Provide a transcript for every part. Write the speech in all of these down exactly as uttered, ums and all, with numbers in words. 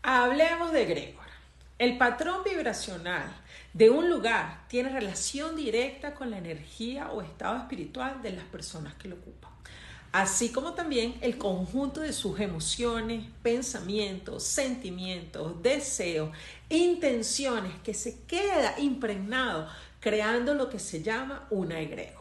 Hablemos de egregora. El patrón vibracional de un lugar tiene relación directa con la energía o estado espiritual de las personas que lo ocupan, así como también el conjunto de sus emociones, pensamientos, sentimientos, deseos, intenciones que se queda impregnado creando lo que se llama una egregora.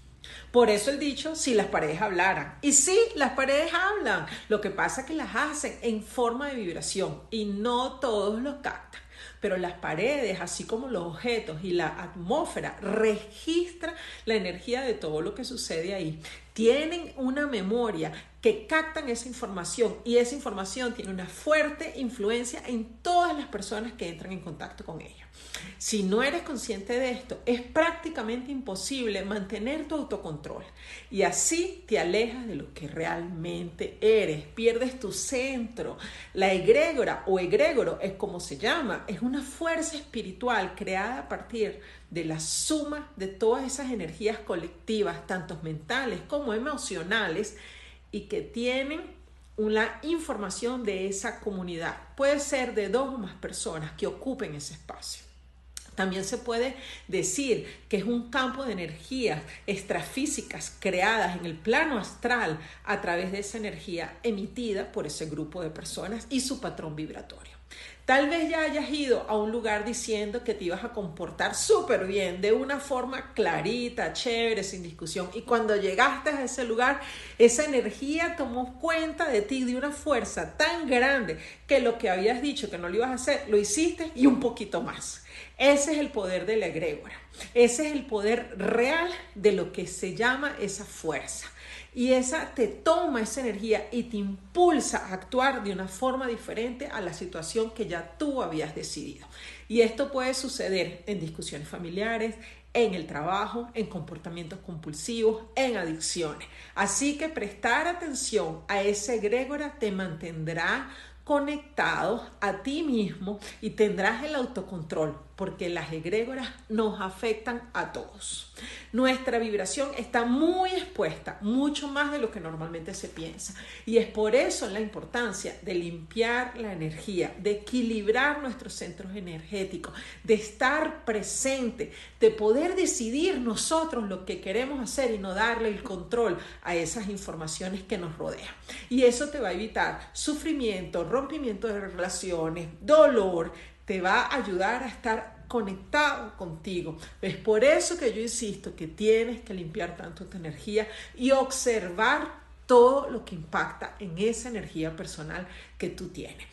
Por eso el dicho, si las paredes hablaran. Y sí, las paredes hablan. Lo que pasa es que las hacen en forma de vibración y no todos los captan. Pero las paredes, así como los objetos y la atmósfera, registran la energía de todo lo que sucede ahí. Tienen una memoria que captan esa información y esa información tiene una fuerte influencia en todas las personas que entran en contacto con ella. Si no eres consciente de esto, es prácticamente imposible mantener tu autocontrol y así te alejas de lo que realmente eres, pierdes tu centro. La egregora o egregoro es como se llama, es una fuerza espiritual creada a partir de la suma de todas esas energías colectivas, tanto mentales como emocionales, y que tienen una información de esa comunidad. Puede ser de dos o más personas que ocupen ese espacio. También se puede decir que es un campo de energías extrafísicas creadas en el plano astral a través de esa energía emitida por ese grupo de personas y su patrón vibratorio. Tal vez ya hayas ido a un lugar diciendo que te ibas a comportar súper bien, de una forma clarita, chévere, sin discusión. Y cuando llegaste a ese lugar, esa energía tomó cuenta de ti de una fuerza tan grande que lo que habías dicho que no lo ibas a hacer, lo hiciste y un poquito más. Ese es el poder de la egregora. Ese es el poder real de lo que se llama esa fuerza. Y esa te toma esa energía y te impulsa a actuar de una forma diferente a la situación que ya tú habías decidido. Y esto puede suceder en discusiones familiares, en el trabajo, en comportamientos compulsivos, en adicciones. Así que prestar atención a esa egregora te mantendrá conectado a ti mismo y tendrás el autocontrol, porque las egrégoras nos afectan a todos. Nuestra vibración está muy expuesta, mucho más de lo que normalmente se piensa. Y es por eso la importancia de limpiar la energía, de equilibrar nuestros centros energéticos, de estar presente, de poder decidir nosotros lo que queremos hacer y no darle el control a esas informaciones que nos rodean. Y eso te va a evitar sufrimiento, rompimiento de relaciones, dolor. Te va a ayudar a estar conectado contigo. Es por eso que yo insisto que tienes que limpiar tanto tu energía y observar todo lo que impacta en esa energía personal que tú tienes.